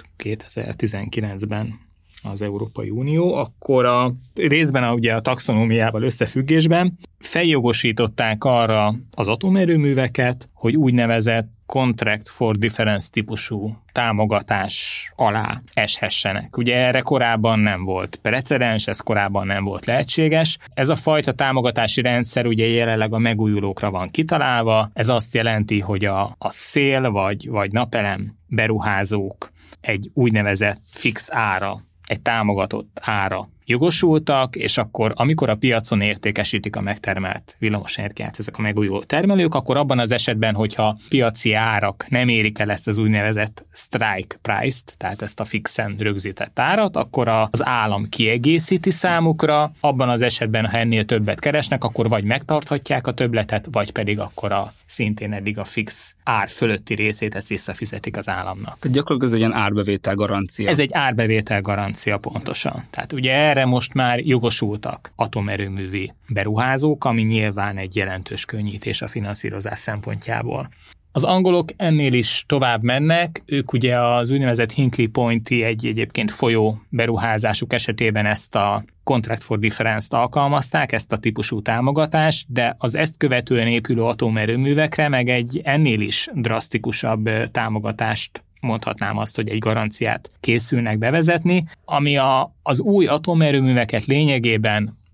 2019-ben az Európai Unió, akkor részben ugye a taxonómiával összefüggésben feljogosították arra az atomerőműveket, hogy úgynevezett Contract for Difference típusú támogatás alá eshessenek. Ugye erre korábban nem volt precedens, ez korábban nem volt lehetséges. Ez a fajta támogatási rendszer ugye jelenleg a megújulókra van kitalálva. Ez azt jelenti, hogy a szél vagy napelem beruházók egy úgynevezett fix ára, egy támogatott ára jogosultak, és akkor, amikor a piacon értékesítik a megtermelt villamosenergiát ezek a megújuló termelők, akkor abban az esetben, hogyha piaci árak nem érik el ezt az úgynevezett strike price-t, tehát ezt a fixen rögzített árat, akkor az állam kiegészíti számukra, abban az esetben, ha ennél többet keresnek, akkor vagy megtarthatják a többletet, vagy pedig akkor szintén eddig a fix ár fölötti részét ezt visszafizetik az államnak. Tehát gyakorlatilag ez egy ilyen árbevétel garancia. Ez egy árbevétel garancia pontosan. Tehát ugye erre most már jogosultak atomerőművi beruházók, ami nyilván egy jelentős könnyítés a finanszírozás szempontjából. Az angolok ennél is tovább mennek, ők ugye az úgynevezett Hinkley Pointi egyébként folyó beruházásuk esetében ezt a Contract for Difference-t alkalmazták, ezt a típusú támogatást, de az ezt követően épülő atomerőművekre meg egy ennél is drasztikusabb támogatást, mondhatnám azt, hogy egy garanciát készülnek bevezetni, ami az új atomerőműveket lényegében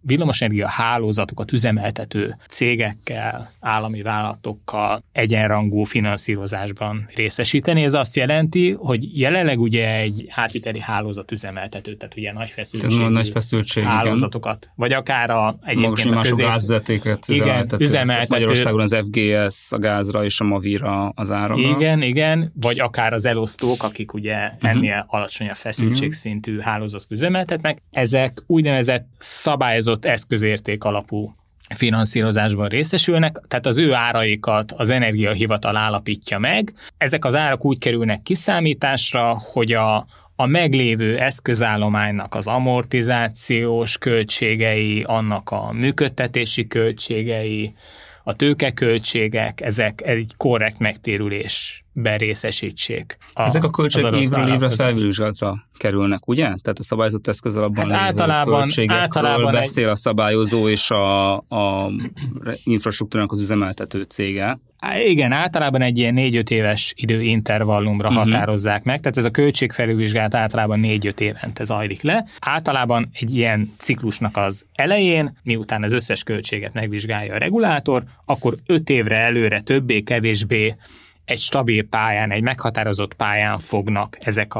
villamosenergia hálózatokat üzemeltető cégekkel, állami vállalatokkal egyenrangú finanszírozásban részesíteni. Ez azt jelenti, hogy jelenleg ugye egy átviteli hálózat üzemeltető, tehát ugye nagy feszültségű hálózatokat, igen. Vagy akár egyébként a gázvezetéket üzemeltető. Magyarországon az FGS a gázra és a Mavira az áramra. Igen, vagy akár az elosztók, akik ugye ennél alacsonyabb feszültségszintű hálózatot üzemeltetnek. Ezek úgynevezett szabályozott eszközérték alapú finanszírozásban részesülnek, tehát az ő áraikat az Energiahivatal állapítja meg. Ezek az árak úgy kerülnek kiszámításra, hogy a meglévő eszközállománynak az amortizációs költségei, annak a működtetési költségei, a tőkeköltségek, ezek egy korrekt megtérülésben részesítsék. Ezek a költségek évről évre felvizsgálatra kerülnek, ugye? Tehát a szabályozott eszköz alapban költségekről beszél a szabályozó és a infrastruktúrának az üzemeltető cége. Igen, általában egy ilyen 4-5 éves időintervallumra határozzák meg, tehát ez a költségfelülvizsgálat általában 4-5 évente zajlik le. Általában egy ilyen ciklusnak az elején, miután az összes költséget megvizsgálja a regulátor, akkor 5 évre előre többé-kevésbé egy stabil pályán, egy meghatározott pályán fognak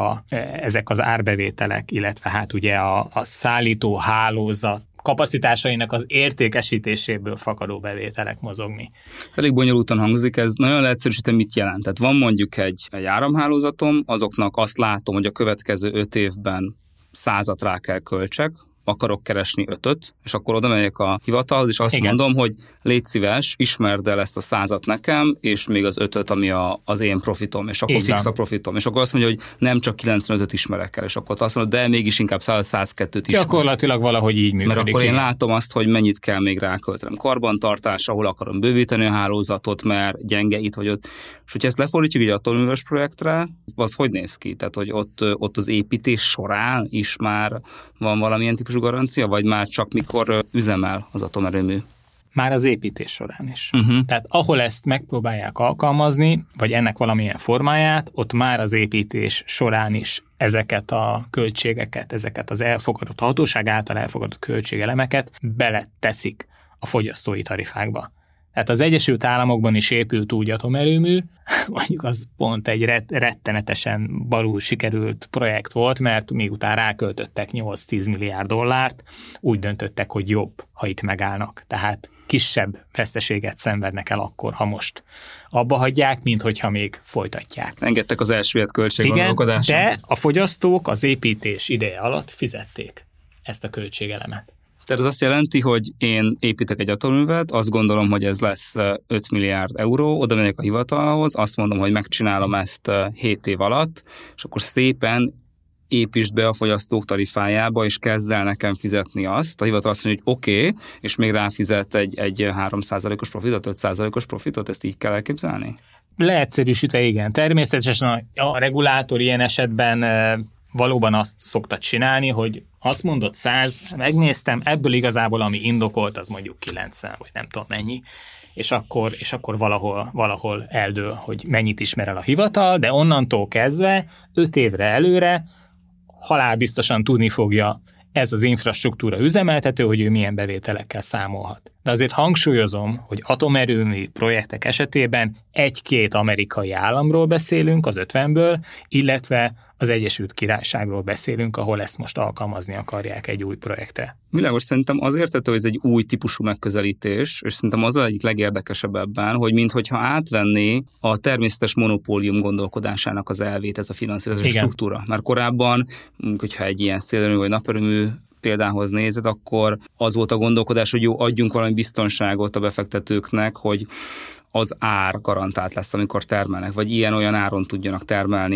ezek az árbevételek, illetve hát ugye a szállító hálózat kapacitásainak az értékesítéséből fakadó bevételek mozogni. Elég bonyolultan hangzik, ez nagyon leegyszerűsíteni mit jelent. Tehát van mondjuk egy áramhálózatom, azoknak azt látom, hogy a következő 5 évben 100-at rá kell költsek, akarok keresni 5-öt, és akkor oda megyek a hivatalhoz, és azt mondom, hogy légy szíves, ismerd el ezt a 100-at nekem, és még az 5-öt, ami az én profitom, és akkor fix a profitom. És akkor azt mondja, hogy nem csak 95-öt ismerek el, és akkor azt mondod, de mégis inkább 100-102-t ismerek. Gyakorlatilag valahogy így működik. Mert akkor én látom azt, hogy mennyit kell még ráköltenem. Karbantartás, ahol akarom bővíteni a hálózatot, mert gyenge itt vagy ott. És hogyha ezt lefordítjuk így atomműves projektre, az hogy néz ki? Tehát, hogy ott az építés során is már van valamilyen típusú garancia, vagy már csak mikor üzemel az atomerőmű? Már az építés során is. Tehát ahol ezt megpróbálják alkalmazni, vagy ennek valamilyen formáját, ott már az építés során is ezeket a költségeket, ezeket az elfogadott hatóság által elfogadott költségelemeket beleteszik a fogyasztói tarifákba. Tehát az Egyesült Államokban is épült úgy atomerőmű, mondjuk az pont egy rettenetesen balul sikerült projekt volt, mert miután ráköltöttek 8-10 milliárd dollárt, úgy döntöttek, hogy jobb, ha itt megállnak. Tehát kisebb veszteséget szenvednek el akkor, ha most abba hagyják, mint hogyha még folytatják. Engedtek az elsüllyedt költséggondolkodáson. Igen, de a fogyasztók az építés ideje alatt fizették ezt a költségelemet. Tehát az azt jelenti, hogy én építek egy atomművet, azt gondolom, hogy ez lesz 5 milliárd euró, oda megyek a hivatalhoz, azt mondom, hogy megcsinálom ezt 7 év alatt, és akkor szépen építsd be a fogyasztók tarifájába, és kezd el nekem fizetni azt. A hivatal azt mondja, hogy oké, és még ráfizet egy 3%-os profitot, 5%-os profitot, ezt így kell elképzelni? Leegyszerűsítve, igen. Természetesen a regulátor ilyen esetben valóban azt szokta csinálni, hogy azt mondod 100, megnéztem, ebből igazából ami indokolt, az mondjuk 90, vagy nem tudom mennyi, és akkor valahol eldől, hogy mennyit ismer el a hivatal, de onnantól kezdve 5 évre előre halálbiztosan tudni fogja ez az infrastruktúra üzemeltető, hogy ő milyen bevételekkel számolhat. De azért hangsúlyozom, hogy atomerőmű projektek esetében 1-2 amerikai államról beszélünk az 50-ből, illetve az Egyesült Királyságról beszélünk, ahol ezt most alkalmazni akarják egy új projektre. Világos, szerintem az érthető, hogy ez egy új típusú megközelítés, és szerintem az egyik legérdekesebb ebben, hogy minthogyha átvenné a természetes monopólium gondolkodásának az elvét ez a finanszírozási struktúra. Már korábban, hogyha egy ilyen szélerőmű vagy naperőmű példához nézed, akkor az volt a gondolkodás, hogy jó, adjunk valami biztonságot a befektetőknek, hogy az ár garantált lesz, amikor termelnek, vagy ilyen-olyan áron tudjanak termelni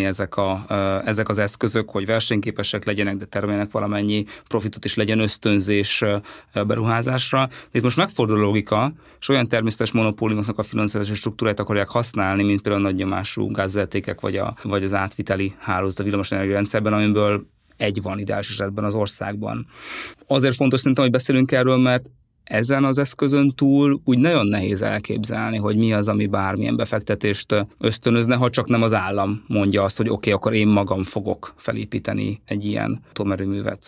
ezek az eszközök, hogy versenyképesek legyenek, de termeljenek valamennyi profitot, és legyen ösztönzés beruházásra. Itt most megfordul a logika, és olyan természetes monopóliumoknak a finanszírozási struktúráját akarják használni, mint például a nagynyomású gázvezetékek, vagy az átviteli hálózat a villamosenergia rendszerben, amiből egy van ideális esetben az országban. Azért fontos szerintem, hogy beszélünk erről, mert ezen az eszközön túl úgy nagyon nehéz elképzelni, hogy mi az, ami bármilyen befektetést ösztönözne, ha csak nem az állam mondja azt, hogy oké, akkor én magam fogok felépíteni egy ilyen atomerőművet.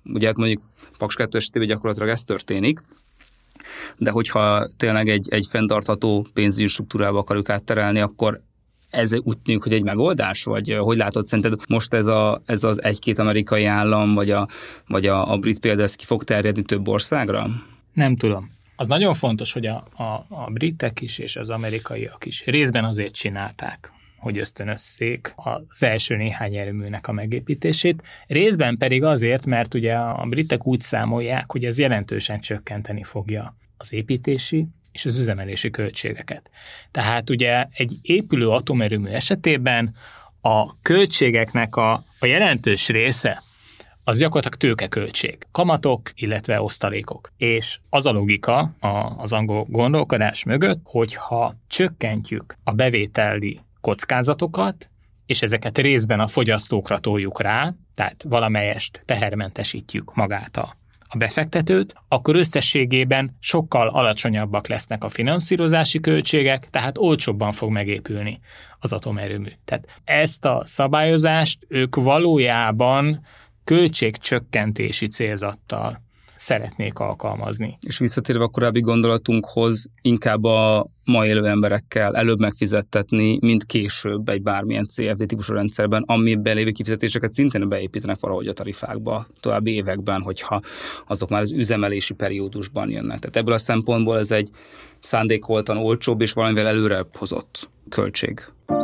ugye hát mondjuk Paks 2 esetében gyakorlatilag ez történik, de hogyha tényleg egy fenntartható pénzügyi struktúrába akarjuk átterelni, akkor ez úgy tűnik, hogy egy megoldás? Vagy hogy látod, szerinted most ez az egy-két amerikai állam, vagy a brit példa, ez ki fog terjedni több országra? Nem tudom. Az nagyon fontos, hogy a britek is és az amerikaiak is részben azért csinálták, hogy ösztönözzék az első néhány erőműnek a megépítését, részben pedig azért, mert ugye a britek úgy számolják, hogy ez jelentősen csökkenteni fogja az építési és az üzemelési költségeket. Tehát ugye egy épülő atomerőmű esetében a költségeknek a jelentős része az gyakorlatilag tőkeköltség, kamatok, illetve osztalékok. És az a logika az angol gondolkodás mögött, hogyha csökkentjük a bevételi kockázatokat, és ezeket részben a fogyasztókra toljuk rá, tehát valamelyest tehermentesítjük magát a befektetőt, akkor összességében sokkal alacsonyabbak lesznek a finanszírozási költségek, tehát olcsóbban fog megépülni az atomerőmű. Tehát ezt a szabályozást ők valójában költségcsökkentési célzattal szeretnék alkalmazni. És visszatérve a korábbi gondolatunkhoz, inkább a ma élő emberekkel előbb megfizettetni, mint később egy bármilyen CFD-típusú rendszerben, amiben lévő kifizetéseket szintén beépítenek valahogy a tarifákba további években, hogyha azok már az üzemelési periódusban jönnek. Tehát ebből a szempontból ez egy szándékoltan olcsóbb és valamivel előrebb hozott költség.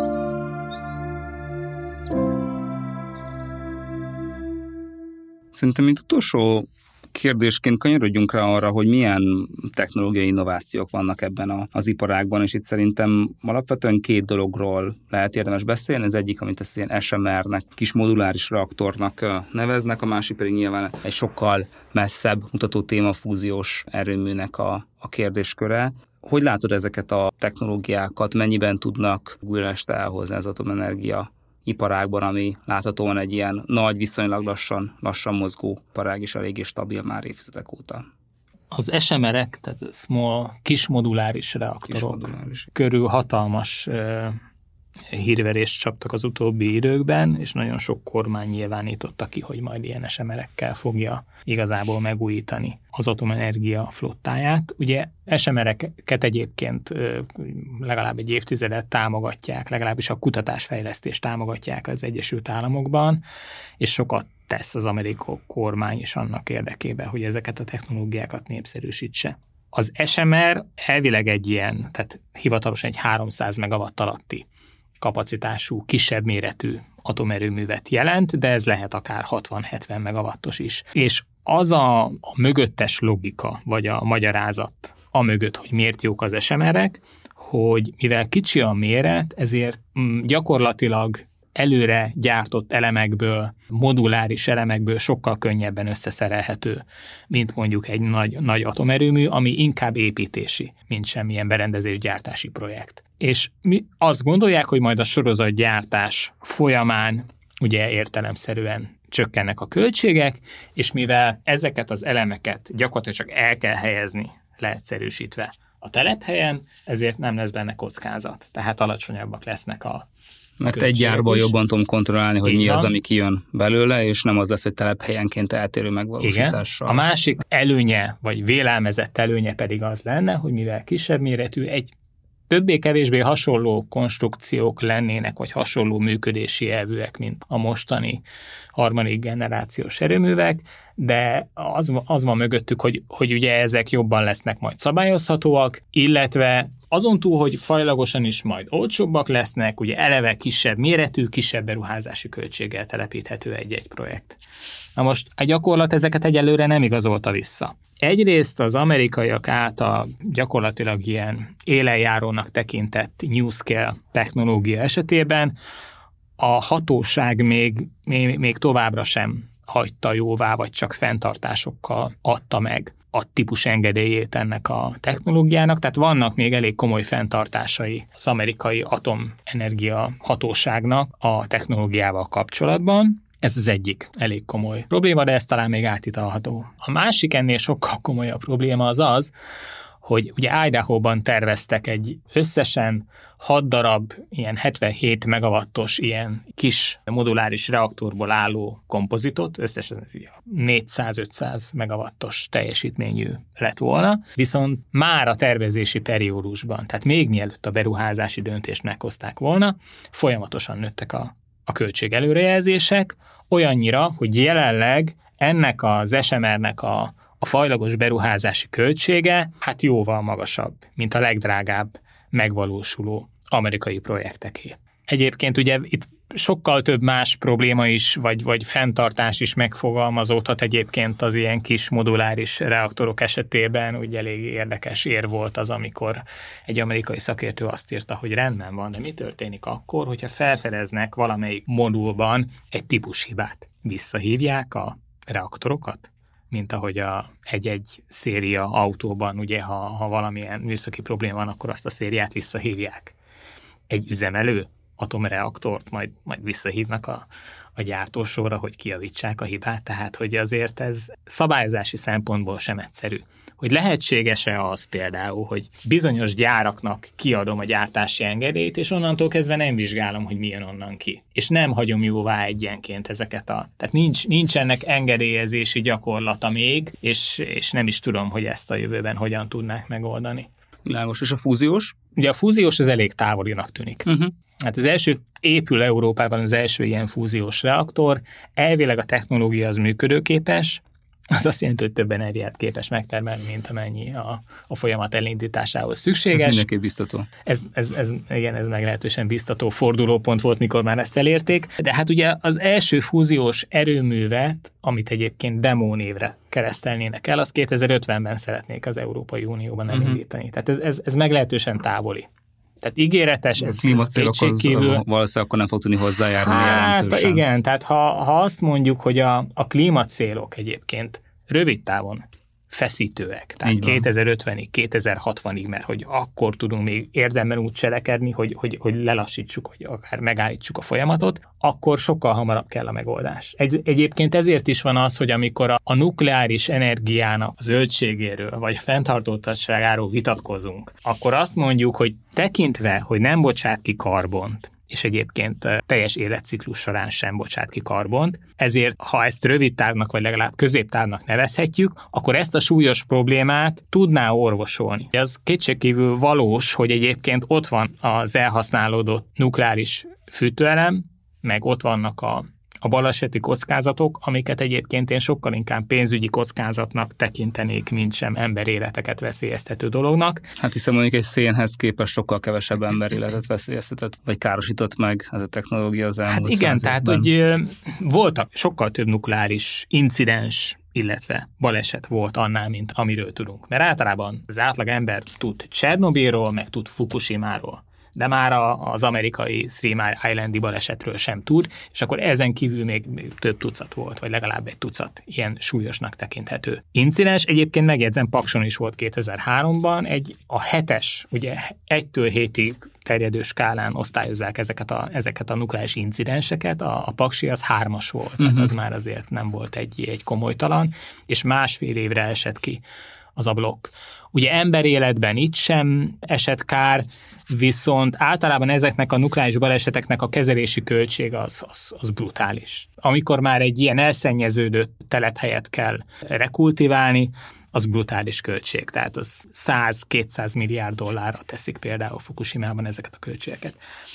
Szerintem, mint utolsó kérdésként kanyarodjunk rá arra, hogy milyen technológiai innovációk vannak ebben az iparágban, és itt szerintem alapvetően két dologról lehet érdemes beszélni. Az egyik, amit ezt ilyen SMR-nek, kis moduláris reaktornak neveznek, a másik pedig nyilván egy sokkal messzebb mutató téma, fúziós erőműnek a kérdésköre. Hogy látod ezeket a technológiákat, mennyiben tudnak gulyást elhozni az atomenergia iparágban, ami láthatóan egy ilyen nagy, viszonylag lassan mozgó iparág is eléggé stabil már évtizedek óta. Az SMR-ek, tehát kis moduláris reaktorok körül hatalmas hírverést csaptak az utóbbi időkben, és nagyon sok kormány nyilvánította ki, hogy majd ilyen SMR-ekkel fogja igazából megújítani az atomenergia flottáját. Ugye SMR-eket egyébként legalább egy évtizedet támogatják, legalábbis a kutatásfejlesztést támogatják az Egyesült Államokban, és sokat tesz az amerikai kormány is annak érdekében, hogy ezeket a technológiákat népszerűsítse. Az SMR elvileg egy ilyen, tehát hivatalosan egy 300 megawatt alatti kapacitású, kisebb méretű atomerőművet jelent, de ez lehet akár 60-70 megawattos is. És az a mögöttes logika, vagy a magyarázat amögött, hogy miért jók az SMR-ek, hogy mivel kicsi a méret, ezért gyakorlatilag előre gyártott elemekből, moduláris elemekből sokkal könnyebben összeszerelhető, mint mondjuk egy nagy atomerőmű, ami inkább építési, mint semmilyen berendezésgyártási projekt. És mi azt gondolják, hogy majd a sorozatgyártás folyamán ugye értelemszerűen csökkennek a költségek, és mivel ezeket az elemeket gyakorlatilag csak el kell helyezni, leegyszerűsítve a telephelyen, ezért nem lesz benne kockázat. Tehát alacsonyabbak lesznek a mert egy gyárban jobban tudom kontrollálni, hogy mi az, ami kijön belőle, és nem az lesz, hogy telephelyenként eltérő megvalósítással. Igen. A másik előnye, vagy vélelmezett előnye pedig az lenne, hogy mivel kisebb méretű, egy többé-kevésbé hasonló konstrukciók lennének, vagy hasonló működési elvűek, mint a mostani harmadik generációs erőművek, de az van mögöttük, hogy ugye ezek jobban lesznek majd szabályozhatóak, illetve azon túl, hogy fajlagosan is majd olcsóbbak lesznek, ugye eleve kisebb méretű, kisebb beruházási költséggel telepíthető egy-egy projekt. Na most a gyakorlat ezeket egyelőre nem igazolta vissza. Egyrészt az amerikaiak által gyakorlatilag ilyen élenjárónak tekintett NuScale technológia esetében a hatóság még továbbra sem hagyta jóvá, vagy csak fenntartásokkal adta meg a típus engedélyét ennek a technológiának, tehát vannak még elég komoly fenntartásai az amerikai atomenergia hatóságnak a technológiával kapcsolatban. Ez az egyik elég komoly probléma, de ez talán még átitalható. A másik ennél sokkal komolyabb probléma az, hogy ugye Idaho-ban terveztek egy összesen 6 darab ilyen 77 megawattos ilyen kis moduláris reaktorból álló kompozitot, összesen 400-500 megawattos teljesítményű lett volna, viszont már a tervezési periódusban, tehát még mielőtt a beruházási döntést meghozták volna, folyamatosan nőttek a költség előrejelzések, olyannyira, hogy jelenleg ennek az SMR-nek a fajlagos beruházási költsége hát jóval magasabb, mint a legdrágább megvalósuló amerikai projekteké. Egyébként ugye itt sokkal több más probléma is, vagy fenntartás is megfogalmazódhat egyébként az ilyen kis moduláris reaktorok esetében. Ugye elég érdekes ér volt az, amikor egy amerikai szakértő azt írta, hogy rendben van, de mi történik akkor, hogyha felfedeznek valamelyik modulban egy típushibát? Visszahívják a reaktorokat? Mint ahogy egy széria autóban, ugye, ha valamilyen műszaki probléma van, akkor azt a szériát visszahívják. Egy üzemelő atomreaktort majd visszahívnak a gyártósorra, hogy kijavítsák a hibát, tehát hogy azért ez szabályozási szempontból sem egyszerű. Hogy lehetséges-e az például, hogy bizonyos gyáraknak kiadom a gyártási engedélyt, és onnantól kezdve nem vizsgálom, hogy mi jön onnan ki. És nem hagyom jóvá egyenként ezeket tehát nincs ennek engedélyezési gyakorlata még, és nem is tudom, hogy ezt a jövőben hogyan tudnák megoldani. Világos. És a fúziós? Ugye a fúziós az elég távolinak tűnik. Hát az első épül Európában az első ilyen fúziós reaktor, elvileg a technológia az működőképes, az azt jelenti, hogy több energiát képes megtermelni, mint amennyi a folyamat elindításához szükséges. Ez mindenképp biztató. Ez meglehetősen biztató fordulópont volt, mikor már ezt elérték. De hát ugye az első fúziós erőművet, amit egyébként demo névre keresztelnének el, azt 2050-ben szeretnék az Európai Unióban elindítani. Tehát ez meglehetősen távoli. Tehát ígéretes, ez kétségkívül. Valószínűleg akkor nem fog tudni hozzájárulni jelentősen. Igen, tehát ha azt mondjuk, hogy a klímacélok egyébként rövid távon feszítőek, tehát 2050-ig, 2060-ig, mert hogy akkor tudunk még érdemben úgy cselekedni, hogy lelassítsuk, hogy akár megállítsuk a folyamatot, akkor sokkal hamarabb kell a megoldás. Egyébként ezért is van az, hogy amikor a nukleáris energiának a zöldségéről, vagy a fenntartótlanságáról vitatkozunk, akkor azt mondjuk, hogy tekintve, hogy nem bocsát ki karbont, és egyébként teljes életciklus során sem bocsát ki karbont. Ezért, ha ezt rövid távnak, vagy legalább középtávnak nevezhetjük, akkor ezt a súlyos problémát tudná orvosolni. Az kétségkívül valós, hogy egyébként ott van az elhasználódott nukleáris fűtőelem, meg ott vannak a baleseti kockázatok, amiket egyébként én sokkal inkább pénzügyi kockázatnak tekintenék, mint sem emberéleteket veszélyeztető dolognak. Hát hiszen mondjuk egy szénhez képest sokkal kevesebb emberéletet veszélyeztetett, vagy károsított meg ez a technológia az elmúlt igen, tehát hogy voltak sokkal több nukleáris incidens, illetve baleset volt annál, mint amiről tudunk. Mert általában az átlag ember tud Csernobilról, meg tud Fukushimáról, de már az amerikai Three Mile Islandi balesetről sem tud, és akkor ezen kívül még több tucat volt, vagy legalább egy tucat ilyen súlyosnak tekinthető incidens. Egyébként megjegyzem, Pakson is volt 2003-ban, a 7-es, ugye 1-től 7-ig terjedő skálán osztályozzák ezeket a nukleáris incidenseket, a Paksi az 3-as volt, tehát az már azért nem volt egy komolytalan, és másfél évre esett ki az a blokk. Ugye emberéletben itt sem esett kár, viszont általában ezeknek a nukleáris baleseteknek a kezelési költsége az brutális. Amikor már egy ilyen elszennyeződött telephelyet kell rekultiválni, az brutális költség. Tehát az 100-200 milliárd dollárra teszik például Fukushimában ezeket a költségeket.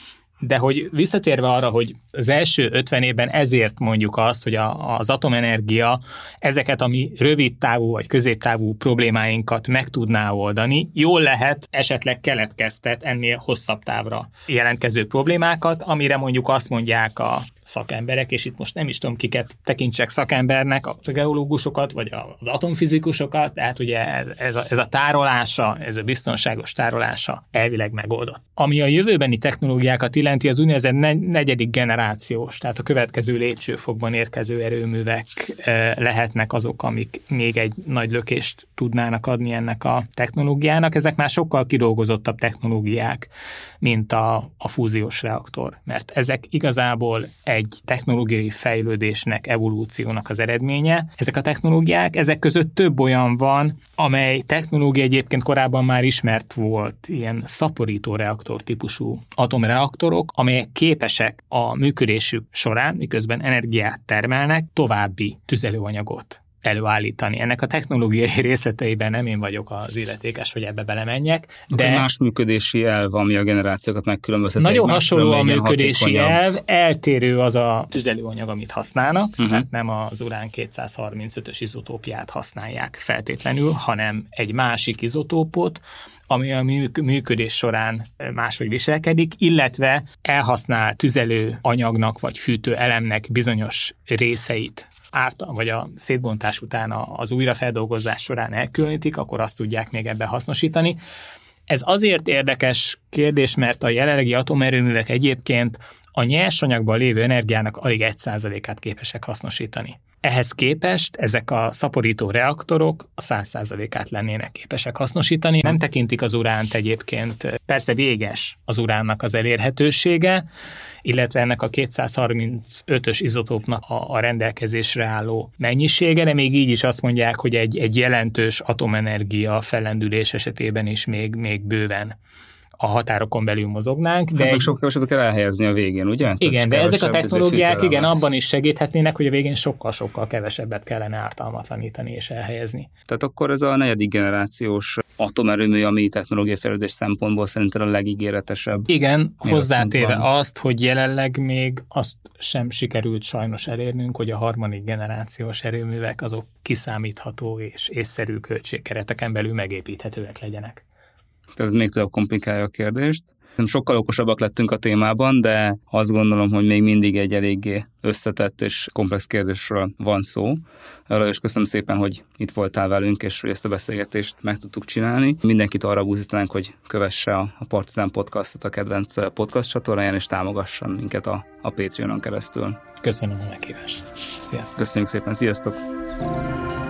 De hogy visszatérve arra, hogy az első 50 évben ezért mondjuk azt, hogy az atomenergia ezeket a mi rövid távú vagy középtávú problémáinkat meg tudná oldani, jól lehet esetleg keletkeztet ennél hosszabb távra jelentkező problémákat, amire mondjuk azt mondják a szakemberek, és itt most nem is tudom, kiket tekintsek szakembernek, a geológusokat, vagy az atomfizikusokat, tehát ugye ez a tárolása, ez a biztonságos tárolása elvileg megoldott. Ami a jövőbeni technológiákat illeti, az úgynevezett negyedik generációs, tehát a következő lépcsőfokban érkező erőművek lehetnek azok, amik még egy nagy lökést tudnának adni ennek a technológiának. Ezek már sokkal kidolgozottabb technológiák, mint a fúziós reaktor, mert ezek igazából egy technológiai fejlődésnek, evolúciónak az eredménye. Ezek a technológiák, ezek között több olyan van, amely technológia egyébként korábban már ismert volt, ilyen szaporító reaktor típusú atomreaktorok, amelyek képesek a működésük során, miközben energiát termelnek, további tüzelőanyagot előállítani. Ennek a technológiai részleteiben nem én vagyok az illetékes, hogy ebbe belemenjek. De más működési elv, ami a generációkat megkülönbözteti. Nagyon hasonló a működési elv, eltérő az a tüzelőanyag, amit használnak, tehát nem az urán 235-ös izotópját használják feltétlenül, hanem egy másik izotópot, ami a működés során máshogy viselkedik, illetve elhasznált tüzelőanyagnak vagy fűtőelemnek bizonyos részeit vagy a szétbontás után az újrafeldolgozás során elkülönítik, akkor azt tudják még ebben hasznosítani. Ez azért érdekes kérdés, mert a jelenlegi atomerőművek egyébként a nyersanyagban lévő energiának alig 1%-át képesek hasznosítani. Ehhez képest ezek a szaporító reaktorok a 100%-át lennének képesek hasznosítani. Nem tekintik az uránt egyébként, persze véges az uránnak az elérhetősége, illetve ennek a 235-ös izotópnak a rendelkezésre álló mennyisége, de még így is azt mondják, hogy egy jelentős atomenergia fellendülés esetében is még bőven a határokon belül mozognánk. De meg sok kevesebbet kell elhelyezni a végén, ugye? Igen, de ezek a technológiák abban is segíthetnének, hogy a végén sokkal-sokkal kevesebbet kellene ártalmatlanítani és elhelyezni. Tehát akkor ez a 4. generációs atomerőmű, ami technológiai fejlődés szempontból szerintem a legígéretesebb. Igen, hozzátéve azt, hogy jelenleg még azt sem sikerült sajnos elérnünk, hogy a 3. generációs erőművek azok kiszámítható és észszerű költségkereteken belül megépíthetőek legyenek. Tehát ez még tovább komplikálja a kérdést. Sokkal okosabbak lettünk a témában, de azt gondolom, hogy még mindig egy eléggé összetett és komplex kérdésről van szó. Lajos, köszönöm szépen, hogy itt voltál velünk, és hogy ezt a beszélgetést meg tudtuk csinálni. Mindenkit arra buzdítanánk, hogy kövesse a Partizán Podcastot a kedvenc podcast csatornáján, és támogasson minket a Patreonon keresztül. Köszönöm a meghívást. Sziasztok! Köszönjük szépen, sziasztok!